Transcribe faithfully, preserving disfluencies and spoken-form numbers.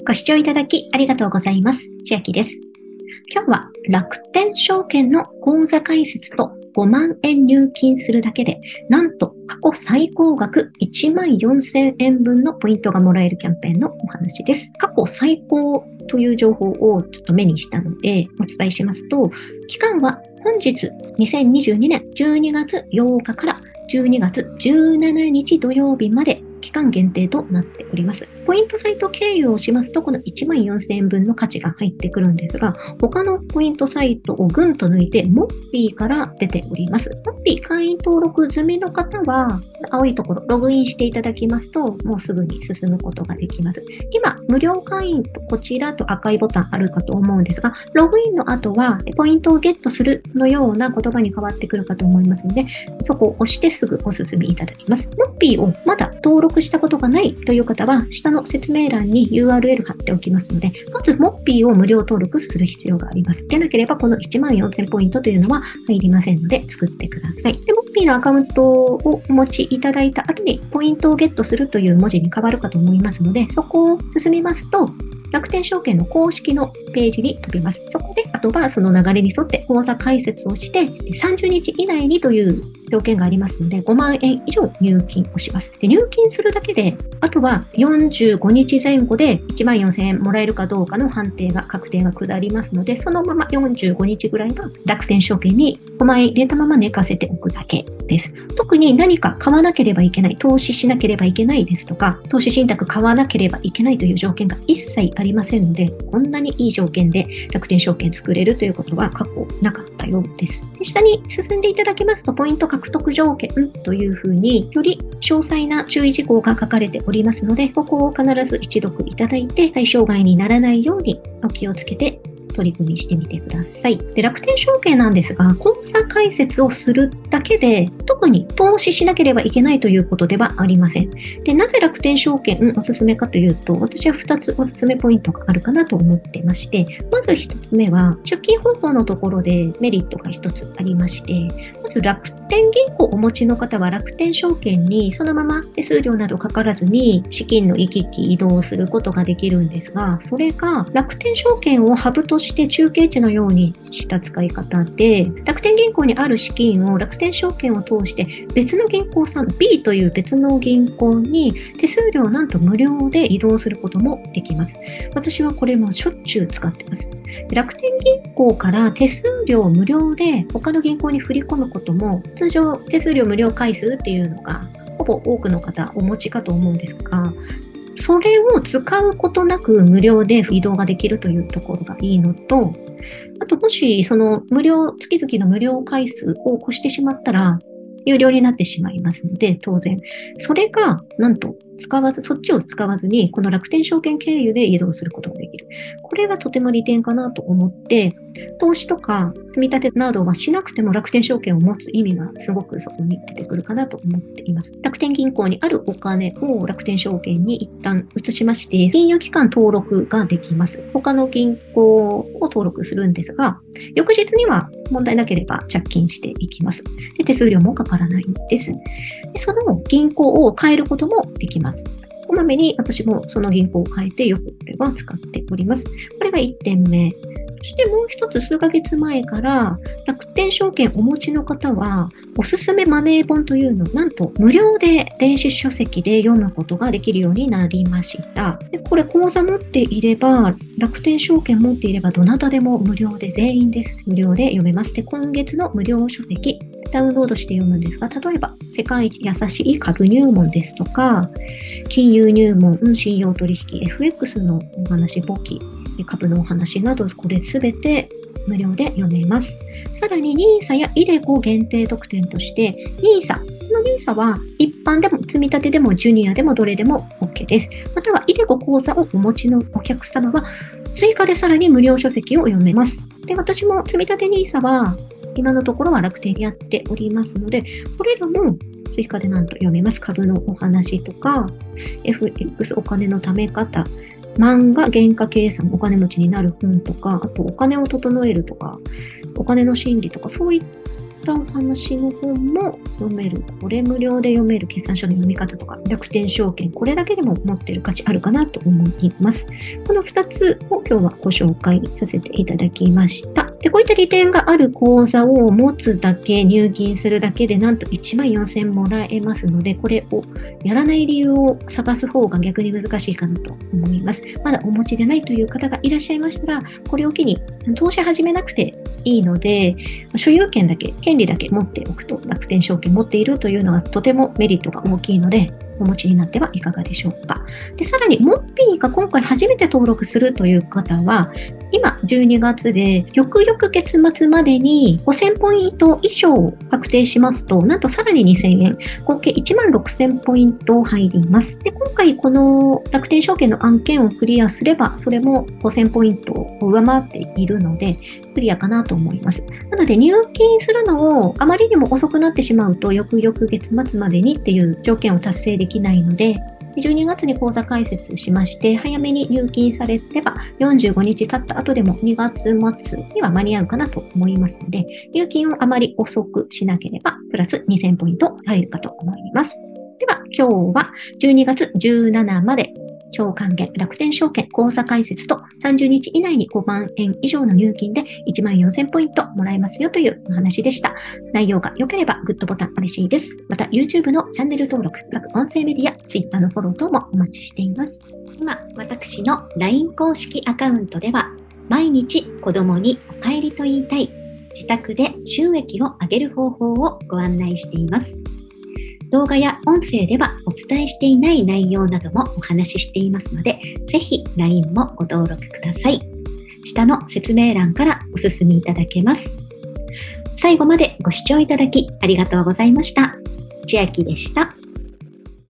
ご視聴いただきありがとうございます。千秋です。今日は楽天証券の口座開設とごまんえん入金するだけで、なんと過去最高額いちまんよんせんえんぶんのポイントがもらえるキャンペーンのお話です。過去最高という情報をちょっと目にしたのでお伝えしますと、期間は本日にせんにじゅうにねんじゅうにがつようかからじゅうにがつじゅうしちにち土曜日まで期間限定となっております。ポイントサイト経由をしますと、このいちまんよんせんえんぶんの価値が入ってくるんですが、他のポイントサイトをぐんと抜いて、モッピーから出ております。モッピー会員登録済みの方は、青いところ、ログインしていただきますと、もうすぐに進むことができます。今、無料会員とこちらと赤いボタンあるかと思うんですが、ログインの後は、ポイントをゲットするのような言葉に変わってくるかと思いますので、そこを押してすぐお進みいただきます。モッピーをまだ登録したことがないという方は、下の説明欄に ユーアールエル 貼っておきますので、まずモッピーを無料登録する必要があります。でなければ、このいちまんよんせんポイントというのは入りませんので、作ってください。で、モッピーのアカウントをお持ちいただいた後に、ポイントをゲットするという文字に変わるかと思いますので、そこを進みますと、楽天証券の公式のページに飛びます。そこで、あとはその流れに沿って口座開設をして、さんじゅうにち以内にという条件がありますので、ごまんえん以上入金をします。で、入金するだけで、あとはよんじゅうごにちぜん後でいちまんよんせんえんもらえるかどうかの判定が、確定が下りますので、そのままよんじゅうごにちぐらいは楽天証券にごまんえん入れたまま寝かせておくだけです。特に何か買わなければいけない、投資しなければいけないですとか、投資信託買わなければいけないという条件が一切ありませんので、こんなにいい条件で楽天証券作れるということは過去なかったようです。で、下に進んでいただきますと、ポイント獲得条件というふうに、より詳細な注意事項が書かれておりますので、ここを必ず一読いただいて、対象外にならないようにお気をつけて取り組みしてみてください。で、楽天証券なんですが、口座開設をするだけで、特に投資しなければいけないということではありません。で、なぜ楽天証券おすすめかというと、私はふたつおすすめポイントがあるかなと思ってまして、まずひとつめは、出金方法のところでメリットがひとつありまして、まず楽天銀行をお持ちの方は楽天証券にそのまま手数料などかからずに資金の行き来移動することができるんですが、それが楽天証券をハブとして中継地のようにした使い方で、楽天銀行にある資金を楽天証券を通して別の銀行さん B という別の銀行に手数料をなんと無料で移動することもできます。私はこれもしょっちゅう使ってます。楽天銀行から手数料無料で他の銀行に振り込むことも、通常手数料無料回数っていうのがほぼ多くの方お持ちかと思うんですが、それを使うことなく無料で移動ができるというところがいいのと、あともしその無料、月々の無料回数を越してしまったら有料になってしまいますので、当然。それがなんと使わず、そっちを使わずにこの楽天証券経由で移動することができる。これがとても利点かなと思って、投資とか積み立てなどはしなくても楽天証券を持つ意味がすごくそこに出てくるかなと思っています。楽天銀行にあるお金を楽天証券に一旦移しまして、金融機関登録ができます。他の銀行を登録するんですが、翌日には問題なければ着金していきます。で、手数料もかからないんです。で、その銀行を変えることもできます。こまめに私もその銀行を変えてよくこれは使っております。これがいってんめ。そしてもう一つ、数ヶ月前から楽天証券お持ちの方はおすすめマネー本というのをなんと無料で電子書籍で読むことができるようになりました。で、これ口座持っていれば、楽天証券持っていればどなたでも無料で全員です。無料で読めます。で、今月の無料書籍ダウンロードして読むんですが、例えば世界一優しい株入門ですとか、金融入門、信用取引、エフエックス のお話、簿記、株のお話など、これすべて無料で読めます。さらに ニーサ やイデコ限定特典として、ニーサ、この ニーサ は一般でも積み立てでもジュニアでもどれでも OK です。またはイデコ口座をお持ちのお客様は追加でさらに無料書籍を読めます。で、私も積み立て ニーサ は今のところは楽天やっておりますので、これらも追加でなんと読めます。株のお話とか、エフエックス お金の貯め方、漫画原価計算、お金持ちになる本とか、あとお金を整えるとか、お金の心理とか、そういっったお話の本も読める。これ無料で読める決算書の読み方とか、楽天証券、これだけでも持ってる価値あるかなと思います。このふたつを今日はご紹介させていただきました。で、こういった利点がある口座を持つだけ、入金するだけでなんといちまんよんせんえんもらえますので、これをやらない理由を探す方が逆に難しいかなと思います。まだお持ちでないという方がいらっしゃいましたら、これを機に投資始めなくていいので、所有権だけ、権利だけ持っておくと、楽天証券持っているというのがとてもメリットが大きいので、お持ちになってはいかがでしょうか。で、さらに、モッピーが今回初めて登録するという方は、今じゅうにがつで、翌々月末までにごせんポイント以上確定しますと、なんとさらににせんえん、合計いちまんろくせんポイント入ります。で、今回この楽天証券の案件をクリアすれば、それもごせんポイントを上回っているので、クリアかなと思います。なので入金するのをあまりにも遅くなってしまうと、翌々月末までにっていう条件を達成できないので、じゅうにがつに口座開設しまして、早めに入金されればよんじゅうごにち経った後でもにがつ末には間に合うかなと思いますので、入金をあまり遅くしなければ、プラスにせんポイント入るかと思います。では、今日はじゅうにがつじゅうしちにちまで超還元楽天証券口座開設とさんじゅうにち以内にごまんえん以上の入金でいちまんよんせんポイントもらえますよというお話でした。内容が良ければグッドボタン嬉しいです。また YouTube のチャンネル登録、各音声メディア、Twitter のフォロー等もお待ちしています。今、私の ライン 公式アカウントでは毎日子供にお帰りと言いたい自宅で収益を上げる方法をご案内しています。動画や音声ではお伝えしていない内容などもお話ししていますので、ぜひ ライン もご登録ください。下の説明欄からお進みいただけます。最後までご視聴いただきありがとうございました。千秋でした。